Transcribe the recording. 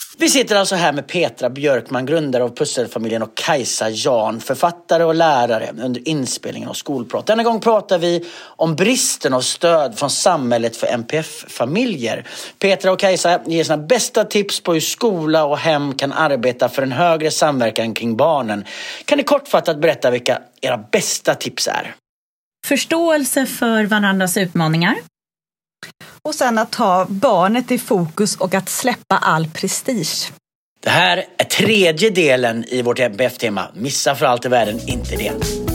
Vi sitter alltså här med Petra Björkman, grundare av Pusselfamiljen, och Kajsa Jan, författare och lärare, under inspelningen av Skolprat. Denna gång pratar vi om bristen av stöd från samhället för NPF-familjer. Petra och Kajsa ger sina bästa tips på hur skola och hem kan arbeta för en högre samverkan kring barnen. Kan ni kortfattat berätta vilka era bästa tips är? Förståelse för varandras utmaningar. Och sen att ta barnet i fokus och att släppa all prestige. Det här är tredje delen i vårt NPF-tema. Missa för allt i världen inte det.